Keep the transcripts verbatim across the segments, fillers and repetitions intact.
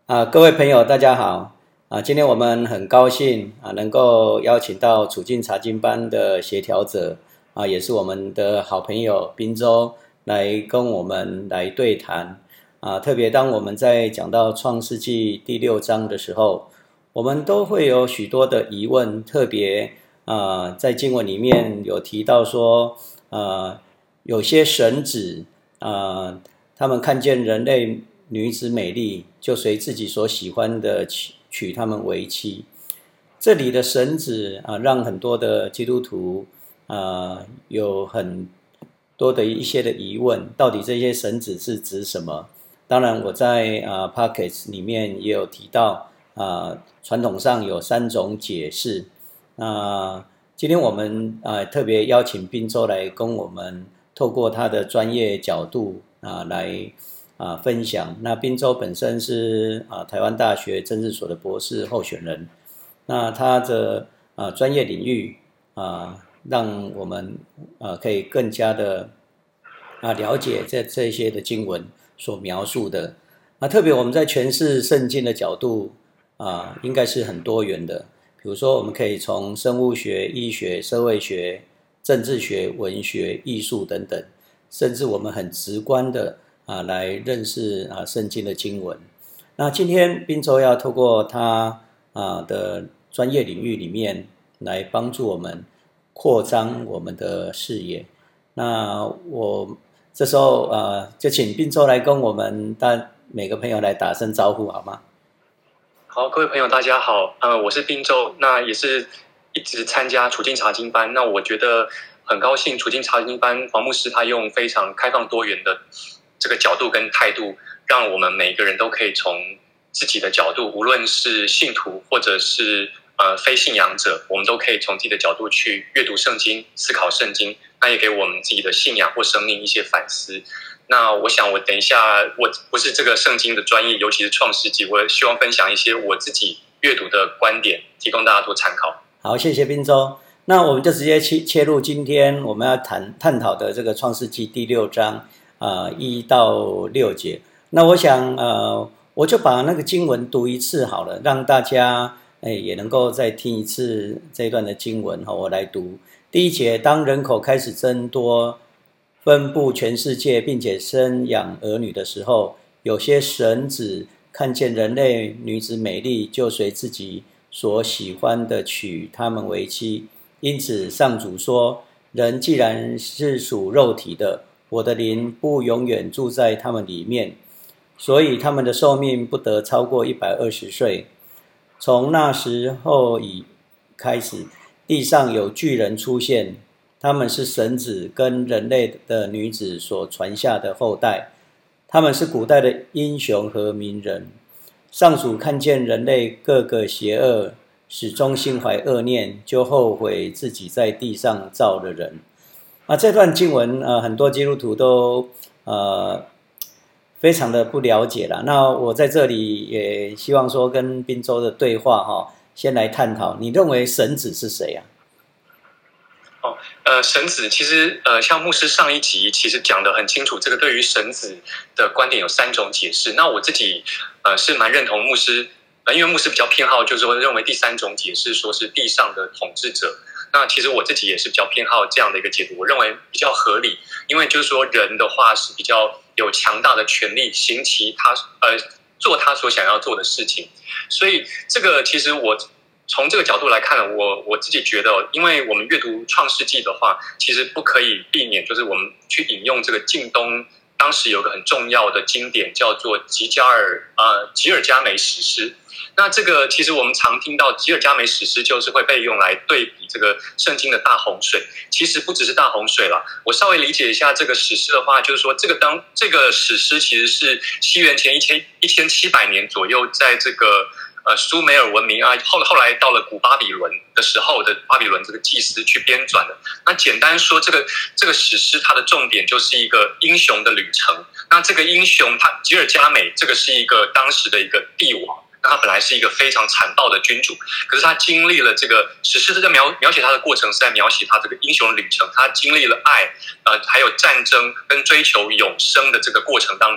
啊，各位朋友，大家好！啊，今天我们很高兴啊，能够邀请到处境查经班的协调者啊，也是我们的好朋友宾州来跟我们来对谈啊。特别当我们在讲到创世纪第六章的时候，我们都会有许多的疑问。特别啊，在经文里面有提到说，啊，有些神子啊，他们看见人类女子美丽，就随自己所喜欢的娶娶她们为妻。这里的神子啊，让很多的基督徒啊有很多的一些的疑问，到底这些神子是指什么？当然，我在啊 Podcast 里面也有提到啊，传统上有三种解释。那今天我们啊特别邀请宾州来跟我们透过他的专业角度啊来。啊，分享。那宾州本身是啊台湾大学政治所的博士候选人，那他的啊专业领域啊，让我们啊可以更加的啊了解这这些的经文所描述的。那特别我们在诠释圣经的角度啊，应该是很多元的。比如说，我们可以从生物学、医学、社会学、政治学、文学、艺术等等，甚至我们很直观的。啊，来认识啊圣经的经文。那今天宾州要透过他啊的专业领域里面来帮助我们扩张我们的视野。那我这时候呃就请宾州来跟我们大每个朋友来打声招呼好吗？ 好，各位朋友大家好，呃，我是宾州，那也是一直参加处境查经班。那我觉得很高兴，处境查经班黄牧师他用非常开放多元的这个角度跟态度，让我们每个人都可以从自己的角度，无论是信徒或者是呃非信仰者，我们都可以从自己的角度去阅读圣经、思考圣经，那也给我们自己的信仰或生命一些反思。那我想我等一下我不是这个圣经的专业，尤其是创世纪，我希望分享一些我自己阅读的观点，提供大家做参考。 好，谢谢宾州。那我们就直接切切入今天我们要谈探讨的这个创世纪第六章。呃，一到六节，那我想，呃，我就把那个经文读一次好了，让大家，哎，也能够再听一次这一段的经文哈。我来读第一节：当人口开始增多，分布全世界，并且生养儿女的时候，有些神子看见人类女子美丽，就随自己所喜欢的娶她们为妻。因此，上主说：人既然是属肉体的，我的灵不永远住在他们里面，所以他们的寿命不得超过一百二十岁。从那时候以开始，地上有巨人出现，他们是神子跟人类的女子所传下的后代，他们是古代的英雄和名人。上主看见人类个个邪恶，始终心怀恶念，就后悔自己在地上造了人。啊，这段经文呃，很多基督徒都呃非常的不了解啦。那我在这里也希望说跟宾州的对话哈、哦，先来探讨，你认为神子是谁啊？ 哦，呃，神子其实呃，像牧师上一集其实讲得很清楚，这个对于神子的观点有三种解释。那我自己呃是蛮认同牧师，呃，因为牧师比较偏好，就是说认为第三种解释说是地上的统治者。那其实我自己也是比较偏好这样的一个解读，我认为比较合理，因为就是说人的话是比较有强大的权力，行其他呃做他所想要做的事情，所以这个其实我从这个角度来看，我我自己觉得，因为我们阅读创世纪的话，其实不可以避免，就是我们去引用这个近东当时有个很重要的经典叫做吉加尔呃吉尔加美史诗。那这个其实我们常听到吉尔加美史诗就是会被用来对比这个圣经的大洪水，其实不只是大洪水啦。我稍微理解一下这个史诗的话，就是说这个当这个史诗其实是西元前一千一千七百年左右，在这个呃苏美尔文明啊，后后来到了古巴比伦的时候的巴比伦这个祭司去编纂的。那简单说，这个这个史诗它的重点就是一个英雄的旅程。那这个英雄他吉尔加美，这个是一个当时的一个帝王。那他本来是一个非常残暴的君主，可是他经历了这个史诗在描描写他的过程是在描写他这个英雄旅程，他经历了爱，呃，还有战争跟追求永生的这个过程当中，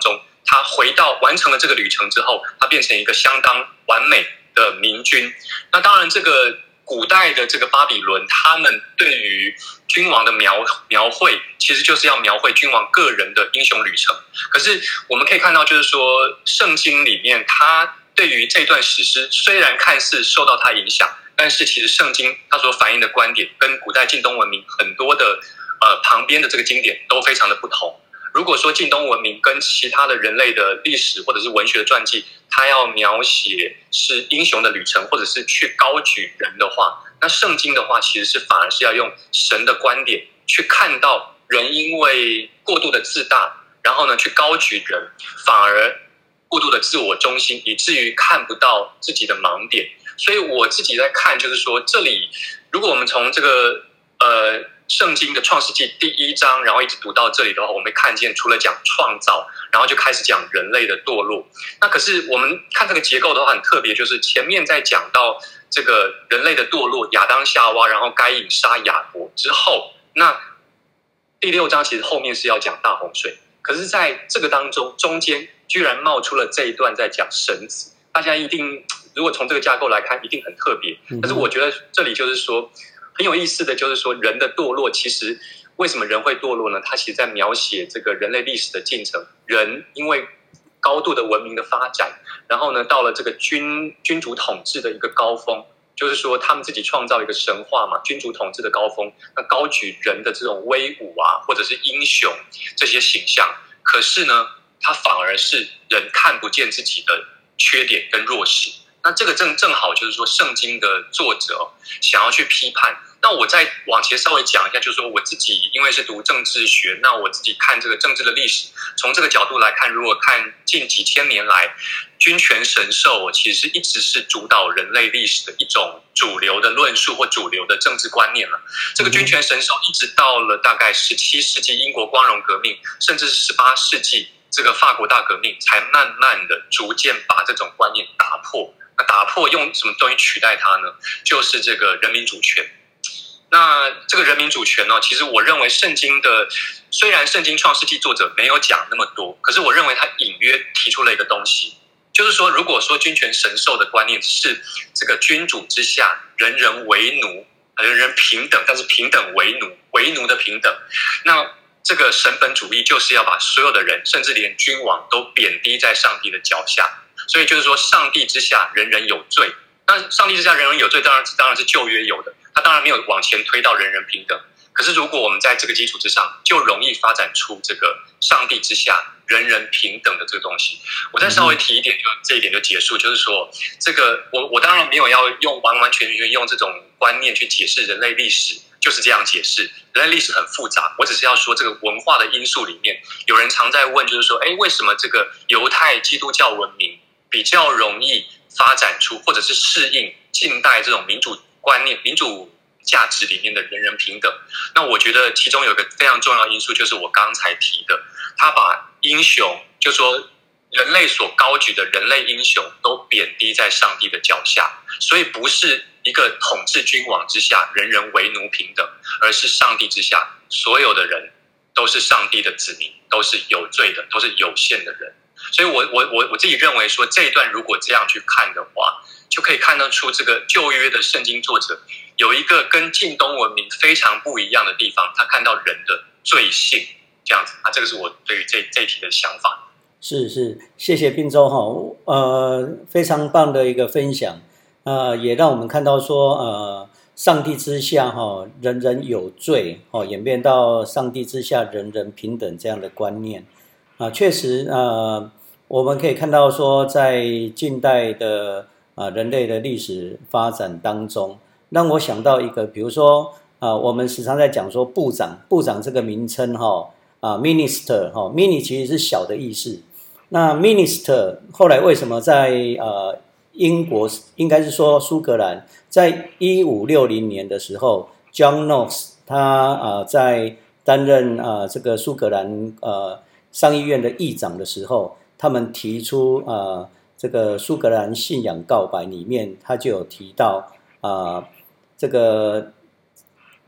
他回到完成了这个旅程之后，他变成一个相当完美的明君。那当然，这个古代的这个巴比伦，他们对于君王的描描绘，其实就是要描绘君王个人的英雄旅程。可是我们可以看到，就是说圣经里面，他对于这段史诗，虽然看似受到它影响，但是其实圣经它所反映的观点，跟古代近东文明很多的呃旁边的这个经典都非常的不同。如果说近东文明跟其他的人类的历史或者是文学的传记，它要描写是英雄的旅程，或者是去高举人的话，那圣经的话其实是反而是要用神的观点去看到人因为过度的自大，然后呢去高举人，反而过度的自我中心，以至于看不到自己的盲点。所以我自己在看，就是说这里如果我们从这个呃圣经的创世纪第一章，然后一直读到这里的话，我们会看见除了讲创造，然后就开始讲人类的堕落。那可是我们看这个结构的话很特别，就是前面在讲到这个人类的堕落，亚当夏娃，然后该隐杀亚伯之后，那第六章其实后面是要讲大洪水，可是在这个当中中间居然冒出了这一段在讲神子。大家一定如果从这个架构来看一定很特别，但是我觉得这里就是说很有意思的，就是说人的堕落，其实为什么人会堕落呢？它其实在描写这个人类历史的进程。人因为高度的文明的发展，然后呢到了这个君君主统治的一个高峰，就是说他们自己创造一个神话嘛，君主统治的高峰，那高举人的这种威武啊，或者是英雄这些形象，可是呢他反而是人看不见自己的缺点跟弱势。那这个正正好就是说圣经的作者想要去批判。那我再往前稍微讲一下，就是说我自己因为是读政治学，那我自己看这个政治的历史，从这个角度来看，如果看近几千年来君权神授其实一直是主导人类历史的一种主流的论述或主流的政治观念了。这个君权神授一直到了大概十七世纪英国光荣革命，甚至是十八世纪这个法国大革命，才慢慢的逐渐把这种观念打破。那打破用什么东西取代它呢？就是这个人民主权。那这个人民主权呢，其实我认为圣经的，虽然圣经创世纪作者没有讲那么多，可是我认为他隐约提出了一个东西，就是说如果说君权神授的观念是这个君主之下人人为奴，人人平等，但是平等为奴，为奴的平等，那这个神本主义就是要把所有的人，甚至连君王都贬低在上帝的脚下。所以就是说上帝之下人人有罪，那上帝之下人人有罪当然当然是旧约有的，他当然没有往前推到人人平等。可是如果我们在这个基础之上，就容易发展出这个上帝之下人人平等的这个东西。我再稍微提一点，就这一点就结束，就是说这个我我当然没有要用完完全全用这种观念去解释人类历史，就是这样解释。人类历史很复杂，我只是要说这个文化的因素里面，有人常在问，就是说，哎，为什么这个犹太基督教文明比较容易发展出或者是适应近代这种民主观念、民主价值里面的人人平等？那我觉得其中有一个非常重要的因素，就是我刚才提的，他把英雄，就说人类所高举的人类英雄都贬低在上帝的脚下，所以不是一个统治君王之下人人为奴平等，而是上帝之下所有的人都是上帝的子民，都是有罪的，都是有限的人。所以我我我我自己认为说，这一段如果这样去看的话，就可以看得出这个旧约的圣经作者有一个跟近东文明非常不一样的地方，他看到人的罪性这样子啊，这个是我对于这这一题的想法。 是是，谢谢宾州哈，呃，非常棒的一个分享，呃，也让我们看到说，呃，上帝之下哈，人人有罪哦，演变到上帝之下人人平等这样的观念啊，确实呃，我们可以看到说，在近代的啊人类的历史发展当中，让我想到一个，比如说啊，我们时常在讲说部长，部长这个名称哈啊 ，minister 哈 ，mini 其实是小的意思。那 minister 后来为什么在呃英国，应该是说苏格兰，在一五六零年的时候 ，John Knox 他呃在担任呃这个苏格兰呃上议院的议长的时候，他们提出呃这个苏格兰信仰告白里面，他就有提到啊、呃、这个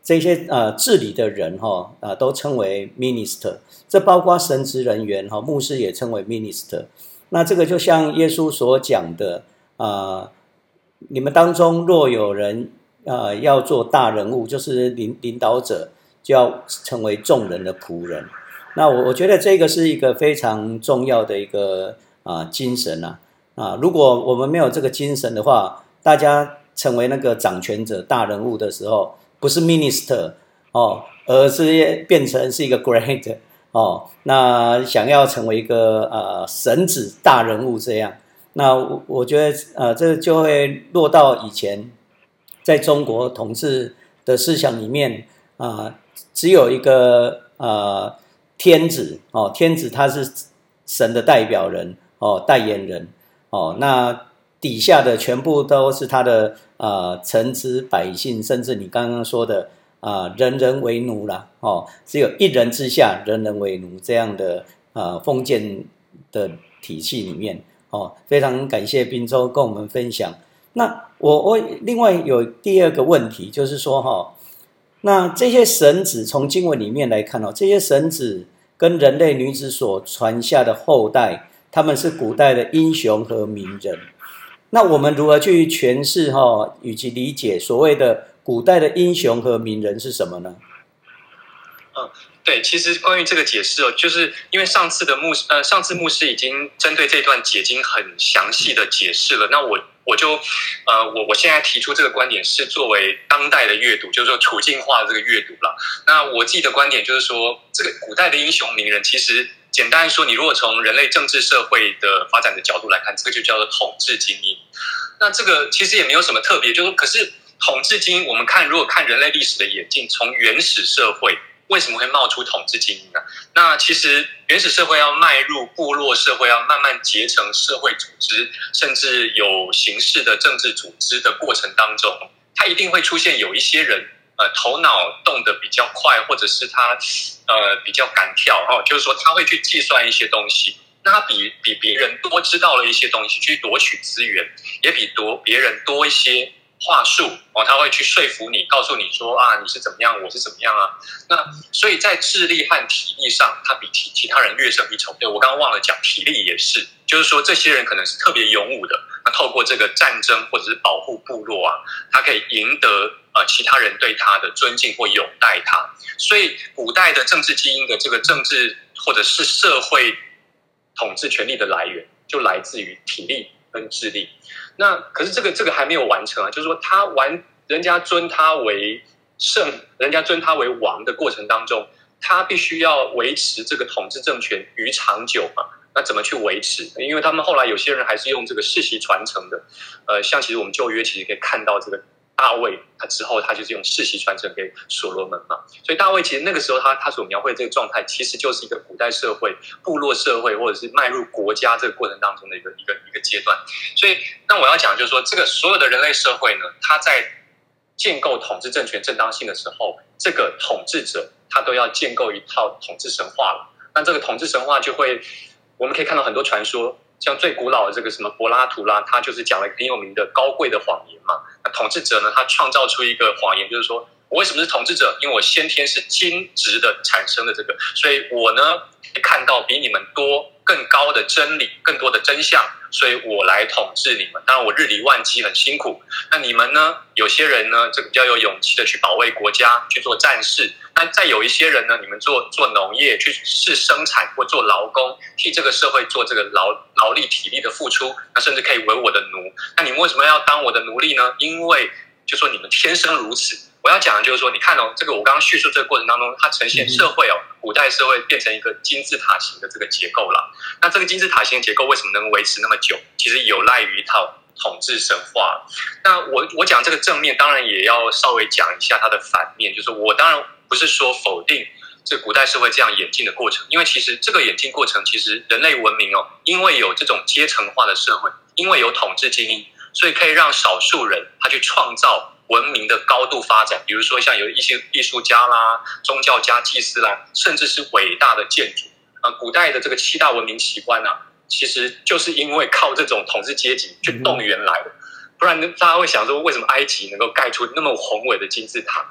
这些呃治理的人哈啊、呃、都称为 minister， 这包括神职人员哈，牧师也称为 minister。那这个就像耶稣所讲的啊、呃，你们当中若有人呃要做大人物，就是领领导者，就要成为众人的仆人。那我我觉得这个是一个非常重要的一个啊、呃、精神啊啊，如果我们没有这个精神的话，大家成为那个掌权者大人物的时候，不是 minister 哦，而是变成是一个 grade 哦，那想要成为一个呃神子大人物这样，那我我觉得呃这就会落到以前在中国统治的思想里面啊、呃，只有一个呃天子哦，天子他是神的代表人哦，代言人哦，那底下的全部都是他的呃臣子百姓，甚至你刚刚说的啊、呃、人人为奴啦哦，只有一人之下人人为奴这样的呃封建的体系里面哦，非常感谢宾州跟我们分享。那我我另外有第二个问题，就是说哈、哦，那这些神子从经文里面来看哦，这些神子跟人类女子所传下的后代，他们是古代的英雄和名人。那我们如何去诠释哈，以及理解所谓的古代的英雄和名人是什么呢？ 嗯，对，其实关于这个解释哦，就是因为上次的牧师呃，上次牧师已经针对这段解经很详细的解释了，那我我就呃，我我现在提出这个观点是作为当代的阅读，就是说处境化的这个阅读了。那我自己的观点就是说，这个古代的英雄名人，其实简单说，你如果从人类政治社会的发展的角度来看，这个就叫做统治精英。那这个其实也没有什么特别，就是说，可是统治精英，我们看如果看人类历史的演进，从原始社会为什么会冒出统治精英呢？那其实原始社会要迈入部落社会，要慢慢结成社会组织，甚至有形式的政治组织的过程当中，它一定会出现有一些人，呃，头脑动得比较快，或者是他呃比较敢跳哦，就是说他会去计算一些东西。那他比比别人多知道了一些东西，去夺取资源，也比夺别人多一些话术哦，他会去说服你，告诉你说啊，你是怎么样，我是怎么样啊。那所以在智力和体力上，他比其其他人略胜一筹。对，我刚刚忘了讲，体力也是，就是说这些人可能是特别勇武的，那透过这个战争或者是保护部落啊，他可以赢得呃其他人对他的尊敬或拥戴他。所以古代的政治精英的这个政治或者是社会统治权力的来源，就来自于体力跟智力。那可是这个这个还没有完成啊，就是说他完人家尊他为圣，人家尊他为王的过程当中，他必须要维持这个统治政权于长久嘛。那怎么去维持？因为他们后来有些人还是用这个世袭传承的，呃，像其实我们旧约其实可以看到这个大卫，他之后他就是用世袭传承给所罗门嘛。所以大卫其实那个时候他他所描绘的这个状态，其实就是一个古代社会、部落社会，或者是迈入国家这个过程当中的一个一个一个阶段。所以，那我要讲就是说，这个所有的人类社会呢，它在建构统治政权正当性的时候，这个统治者他都要建构一套统治神话了。那这个统治神话就会，我们可以看到很多传说。像最古老的这个什么柏拉图啦，他就是讲了一个很有名的高贵的谎言嘛。那统治者呢，他创造出一个谎言，就是说我为什么是统治者？因为我先天是精直的产生的这个，所以我呢看到比你们多更高的真理，更多的真相，所以我来统治你们。当然我日理万机很辛苦，那你们呢？有些人呢，这个比较有勇气的去保卫国家，去做战士。那再有一些人呢，你们做做农业，去是生产或做劳工，替这个社会做这个劳劳力体力的付出，那甚至可以为我的奴。那你们为什么要当我的奴隶呢？因为就说你们天生如此。我要讲的就是说，你看哦，这个我刚刚叙述这个过程当中，它呈现社会哦，古代社会变成一个金字塔型的这个结构了。那这个金字塔型的结构为什么能维持那么久？其实有赖于一套统治神话。那我我讲这个正面，当然也要稍微讲一下它的反面，就是我当然不是说否定这古代社会这样演进的过程，因为其实这个演进过程，其实人类文明哦，因为有这种阶层化的社会，因为有统治精英，所以可以让少数人他去创造文明的高度发展，比如说像有一些艺术家啦、宗教家、祭司啦，甚至是伟大的建筑。呃，古代的这个七大文明奇观啊，其实就是因为靠这种统治阶级去动员来的。不然大家会想说，为什么埃及能够盖出那么宏伟的金字塔？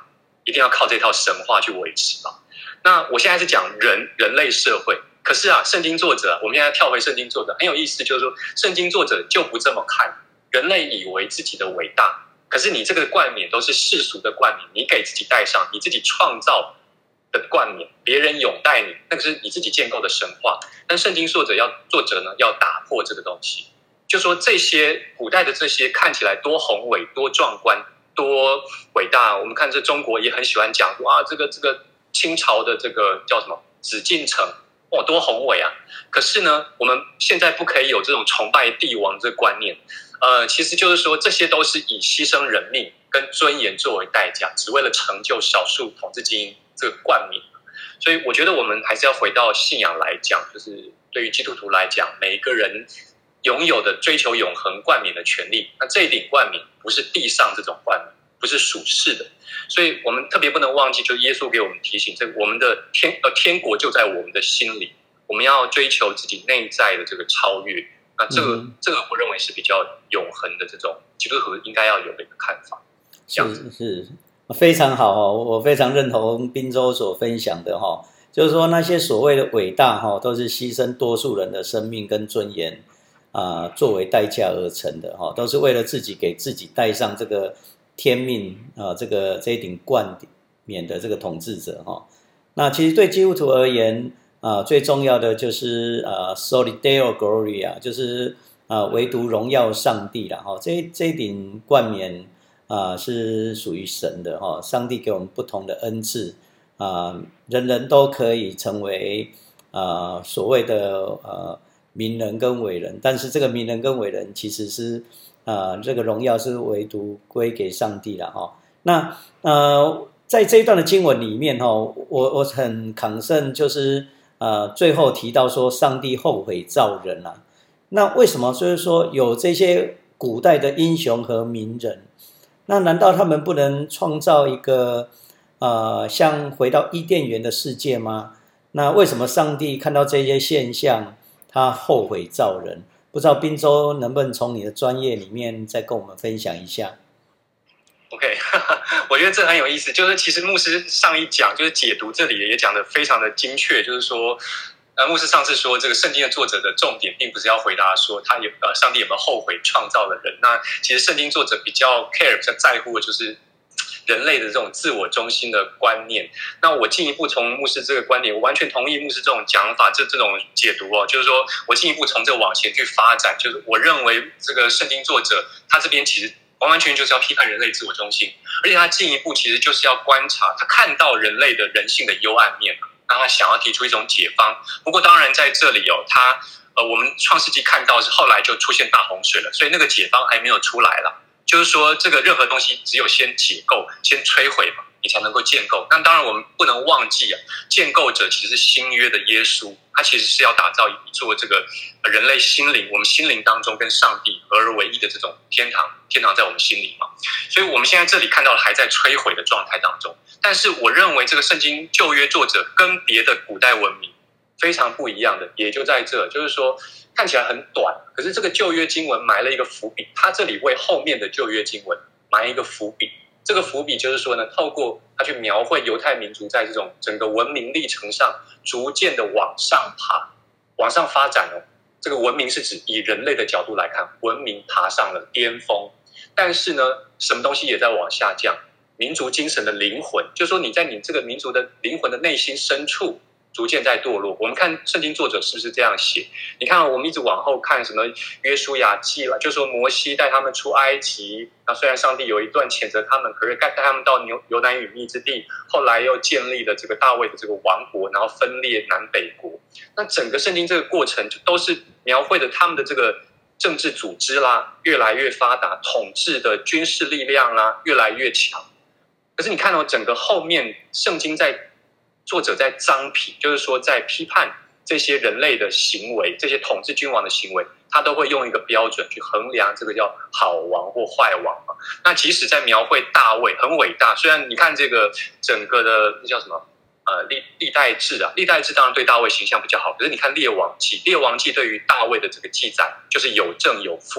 一定要靠这套神话去维持嘛。那我现在是讲人人类社会，可是啊，圣经作者，我们现在跳回圣经作者，很有意思，就是说圣经作者就不这么看，人类以为自己的伟大，可是你这个冠冕都是世俗的冠冕，你给自己戴上，你自己创造的冠冕，别人拥戴你，那个是你自己建构的神话。但圣经作者要作者呢，要打破这个东西，就说这些古代的这些看起来多宏伟、多壮观、多伟大，我们看这中国也很喜欢讲啊，这个这个清朝的这个叫什么紫禁城，哇，多宏伟啊！可是呢，我们现在不可以有这种崇拜帝王这个观念。呃，其实就是说，这些都是以牺牲人命跟尊严作为代价，只为了成就少数统治精英这个冠冕。所以我觉得我们还是要回到信仰来讲，就是对于基督徒来讲，每一个人拥有的追求永恒冠冕的权利，那这一顶冠冕不是地上这种冠冕，不是属世的。所以我们特别不能忘记，就是耶稣给我们提醒，这我们的天呃天国就在我们的心里，我们要追求自己内在的这个超越。那这个、嗯、这个我认为是比较永恒的这种基督徒应该要有的一个看法。 是是，非常好哦，我非常认同宾州所分享的哈，就是说那些所谓的伟大哈，都是牺牲多数人的生命跟尊严啊、呃、作为代价而成的哈，都是为了自己给自己戴上这个天命啊、呃、这个这一顶冠冕的这个统治者哈。那其实对基督徒而言啊、呃，最重要的就是呃 Soli Deo Gloria， 就是啊、呃、唯独荣耀上帝啦哈。这这一顶冠冕啊、呃，是属于神的哈，上帝给我们不同的恩赐啊、呃，人人都可以成为啊、呃、所谓的呃名人跟伟人，但是这个名人跟伟人其实是啊、呃、这个荣耀是唯独归给上帝了哈。那呃在这一段的经文里面哈，我我很抗胜就是呃最后提到说上帝后悔造人啊，那为什么就是说有这些古代的英雄和名人？那难道他们不能创造一个呃像回到伊甸园的世界吗？那为什么上帝看到这些现象他后悔造人？不知道宾州能不能从你的专业里面再跟我们分享一下？ OK， 我觉得这很有意思，就是其实牧师上一讲就是解读这里也讲得非常的精确，就是说呃，牧师上次说，这个圣经的作者的重点并不是要回答说他有呃上帝有没有后悔创造了人。那其实圣经作者比较 care 比较在乎的就是人类的这种自我中心的观念。那我进一步从牧师这个观点，我完全同意牧师这种讲法，这这种解读哦，就是说我进一步从这个往前去发展，就是我认为这个圣经作者他这边其实完完全全就是要批判人类自我中心，而且他进一步其实就是要观察，他看到人类的人性的幽暗面。那他想要提出一种解方，不过当然在这里哦，他呃，我们创世纪看到是后来就出现大洪水了，所以那个解方还没有出来了。就是说，这个任何东西只有先解构、先摧毁嘛，你才能够建构。那当然我们不能忘记啊，建构者其实是新约的耶稣，他其实是要打造一座这个人类心灵，我们心灵当中跟上帝合而为一的这种天堂，天堂在我们心里嘛。所以我们现在这里看到的还在摧毁的状态当中。但是我认为这个圣经旧约作者跟别的古代文明非常不一样的，也就在这，就是说看起来很短，可是这个旧约经文埋了一个伏笔，他这里为后面的旧约经文埋一个伏笔。这个伏笔就是说呢，透过他去描绘犹太民族在这种整个文明历程上逐渐的往上爬、往上发展哦。这个文明是指以人类的角度来看，文明爬上了巅峰，但是呢，什么东西也在往下降。民族精神的灵魂，就是说你在你这个民族的灵魂的内心深处逐渐在堕落。我们看圣经作者是不是这样写？你看我们一直往后看什么约书亚记了，就说摩西带他们出埃及，那虽然上帝有一段谴责他们，可是带他们到流奶与蜜之地，后来又建立了这个大卫的这个王国，然后分裂南北国。那整个圣经这个过程就都是描绘的他们的这个政治组织啦越来越发达，统治的军事力量啦越来越强。可是你看到、哦、整个后面圣经在作者在张批，就是说在批判这些人类的行为，这些统治君王的行为，他都会用一个标准去衡量这个叫好王或坏王嘛。那即使在描绘大卫很伟大，虽然你看这个整个的那叫什么呃历历代志啊，历代志当然对大卫形象比较好，可是你看列王记，列王记对于大卫的这个记载就是有正有负，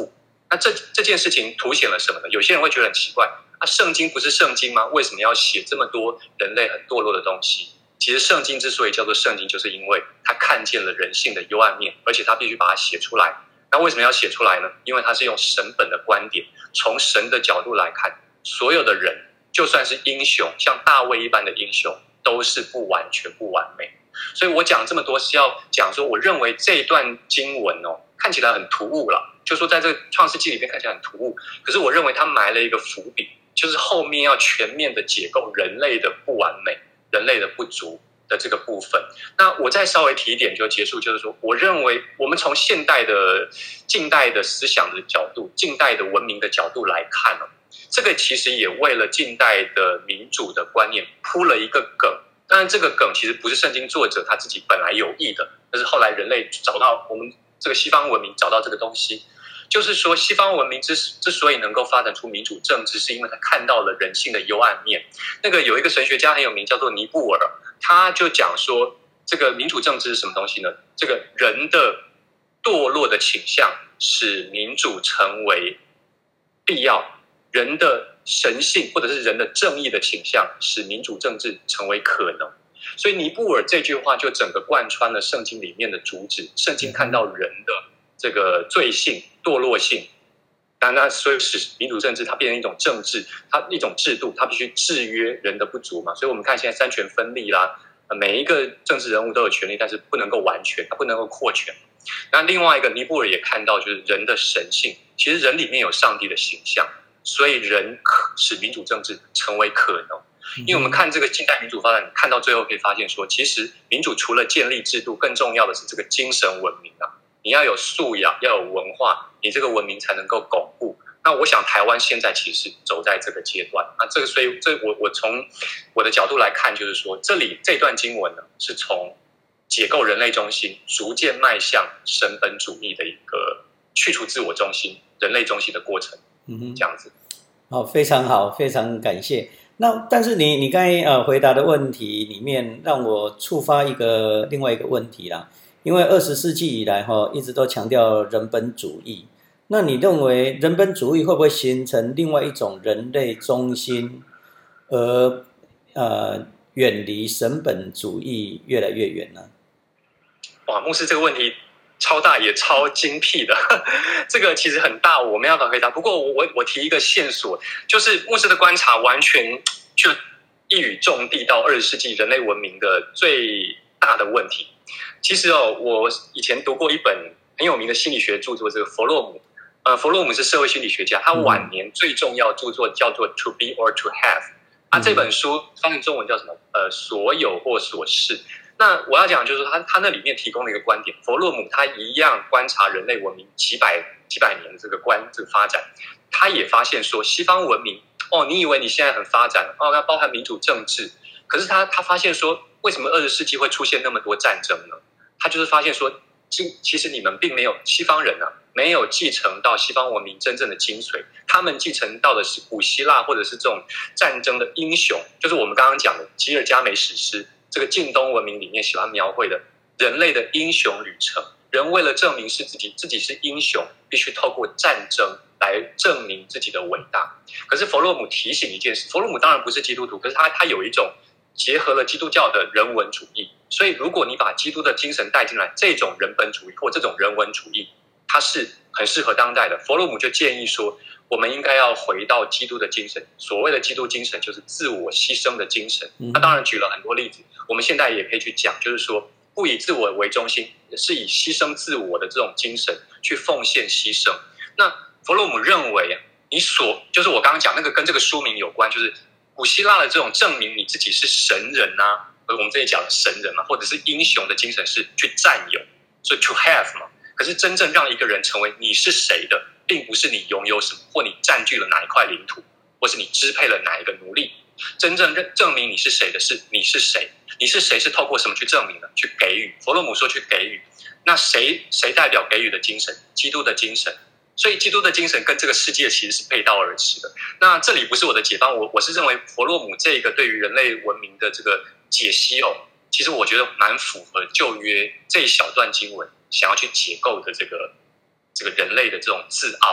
那这这件事情凸显了什么呢？有些人会觉得很奇怪，啊，圣经不是圣经吗？为什么要写这么多人类很堕落的东西？其实圣经之所以叫做圣经，就是因为它看见了人性的幽暗面，而且它必须把它写出来。那为什么要写出来呢？因为它是用神本的观点，从神的角度来看，所有的人，就算是英雄，像大卫一般的英雄，都是不完全、不完美。所以我讲这么多是要讲说，我认为这一段经文哦，看起来很突兀了，就说在这个创世纪里面看起来很突兀，可是我认为它埋了一个伏笔，就是后面要全面的解构人类的不完美、人类的不足的这个部分。那我再稍微提一点就结束，就是说，我认为我们从现代的、近代的思想的角度、近代的文明的角度来看哦，这个其实也为了近代的民主的观念铺了一个梗。当然，这个梗其实不是圣经作者他自己本来有意的，但是后来人类找到我们这个西方文明找到这个东西，就是说西方文明之之所以能够发展出民主政治，是因为他看到了人性的幽暗面。那个有一个神学家很有名，叫做尼布尔，他就讲说，这个民主政治是什么东西呢？这个人的堕落的倾向使民主成为必要，人的神性或者是人的正义的倾向使民主政治成为可能。所以尼布尔这句话就整个贯穿了圣经里面的主旨。圣经看到人的这个罪性、堕落性，当然所以使民主政治它变成一种政治，它一种制度，它必须制约人的不足嘛。所以我们看现在三权分立啦，每一个政治人物都有权利，但是不能够完全，它不能够扩权。那另外一个尼布尔也看到，就是人的神性，其实人里面有上帝的形象，所以人使民主政治成为可能。因为我们看这个近代民主发展，看到最后可以发现说，其实民主除了建立制度，更重要的是这个精神文明啊。你要有素养，要有文化，你这个文明才能够巩固。那我想台湾现在其实走在这个阶段啊，这个所以这我我从我的角度来看，就是说这里这段经文呢，是从解构人类中心，逐渐迈向神本主义的一个去除自我中心、人类中心的过程。嗯哼，这样子。 好，非常好，非常感谢。那但是你你刚才呃回答的问题里面，让我触发一个另外一个问题啦。因为二十世纪以来哈，一直都强调人本主义。那你认为人本主义会不会形成另外一种人类中心，而呃远离神本主义越来越远呢？ 哇，牧师这个问题超大也超精辟的，这个其实很大，我没办法回答。不过我我我提一个线索，就是牧师的观察完全就一语中的到二十世纪人类文明的最大的问题。其实哦，我以前读过一本很有名的心理学著作，这个弗洛姆。呃，弗洛姆是社会心理学家，他晚年最重要著作叫做《To Be or to Have》啊，这本书翻译中文叫什么？呃，所有或所是。那我要讲就是说他他那里面提供了一个观点，弗洛姆他一样观察人类文明几百几百年的这个观这个发展，他也发现说西方文明哦，你以为你现在很发展哦，那包含民主政治，可是他他发现说，为什么二十世纪会出现那么多战争呢？他就是发现说，其其实你们并没有西方人啊，没有继承到西方文明真正的精髓，他们继承到的是古希腊或者是这种战争的英雄，就是我们刚刚讲的吉尔加美史诗。这个近东文明里面喜欢描绘的人类的英雄旅程，人为了证明是自己自己是英雄，必须透过战争来证明自己的伟大。可是弗洛姆提醒一件事，弗洛姆当然不是基督徒，可是他他有一种结合了基督教的人文主义，所以如果你把基督的精神带进来，这种人本主义或这种人文主义，它是很适合当代的。弗洛姆就建议说，我们应该要回到基督的精神，所谓的基督精神就是自我牺牲的精神。他当然举了很多例子，我们现在也可以去讲，就是说不以自我为中心，是以牺牲自我的这种精神去奉献牺牲。那弗洛姆认为啊，你所就是我刚刚讲那个跟这个书名有关，就是古希腊的这种证明你自己是神人啊，我们这里讲的神人嘛，或者是英雄的精神是去占有，所以 to have 嘛。可是真正让一个人成为你是谁的，并不是你拥有什么，或你占据了哪一块领土，或是你支配了哪一个奴隶。真正证明你是谁的是你是谁，你是谁是透过什么去证明的？去给予。弗洛姆说去给予，那谁谁代表给予的精神？基督的精神。所以基督的精神跟这个世界其实是背道而驰的。那这里不是我的解方，我我是认为弗洛姆这个对于人类文明的这个解析哦，其实我觉得蛮符合旧约这一小段经文想要去解构的这个这个人类的这种自傲啊，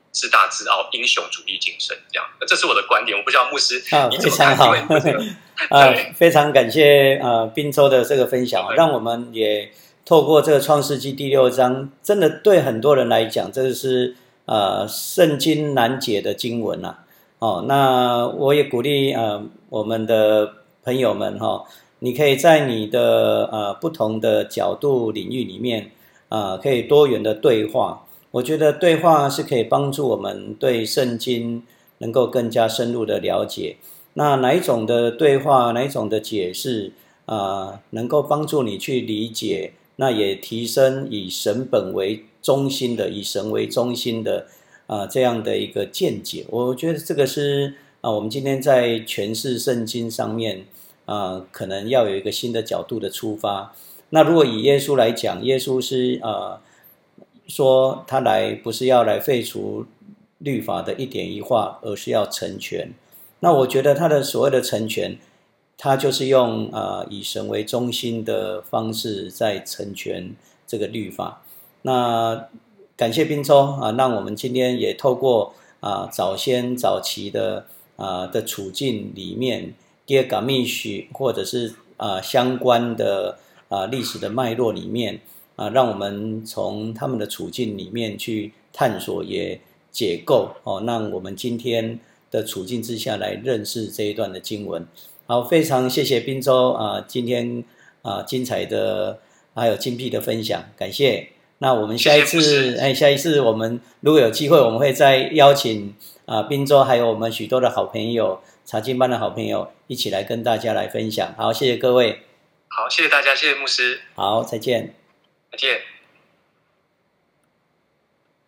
自大自傲、英雄主义精神，这样，这是我的观点。我不知道牧师啊， 你怎么看？ 非常好，啊，非常感谢呃宾州的这个分享，让我们也透过这个创世纪第六章，真的对很多人来讲，这是呃圣经难解的经文啊。哦，那我也鼓励呃我们的朋友们哈、哦，你可以在你的呃不同的角度领域里面啊、呃，可以多元的对话。我觉得对话是可以帮助我们对圣经能够更加深入的了解。那哪一种的对话，哪一种的解释啊、呃，能够帮助你去理解，那也提升以神本为中心的，以神为中心的啊、呃、这样的一个见解。我觉得这个是啊、呃、我们今天在诠释圣经上面啊、呃、可能要有一个新的角度的出发。那如果以耶稣来讲，耶稣是啊。呃说他来不是要来废除律法的一点一画，而是要成全。那我觉得他的所谓的成全，他就是用啊、呃、以神为中心的方式在成全这个律法。那感谢宾州啊，让我们今天也透过啊早先早期的啊的处境里面，第二个密许或者是啊相关的啊历史的脉络里面。啊，让我们从他们的处境里面去探索，也解构哦，让我们今天的处境之下来认识这一段的经文。好，非常谢谢宾州啊，今天啊精彩的还有精辟的分享，感谢。那我们下一次，哎，下一次我们如果有机会，我们会再邀请啊宾州还有我们许多的好朋友、查经班的好朋友一起来跟大家来分享。好，谢谢各位。 好，谢谢大家，谢谢牧师。 好，再见。 再见。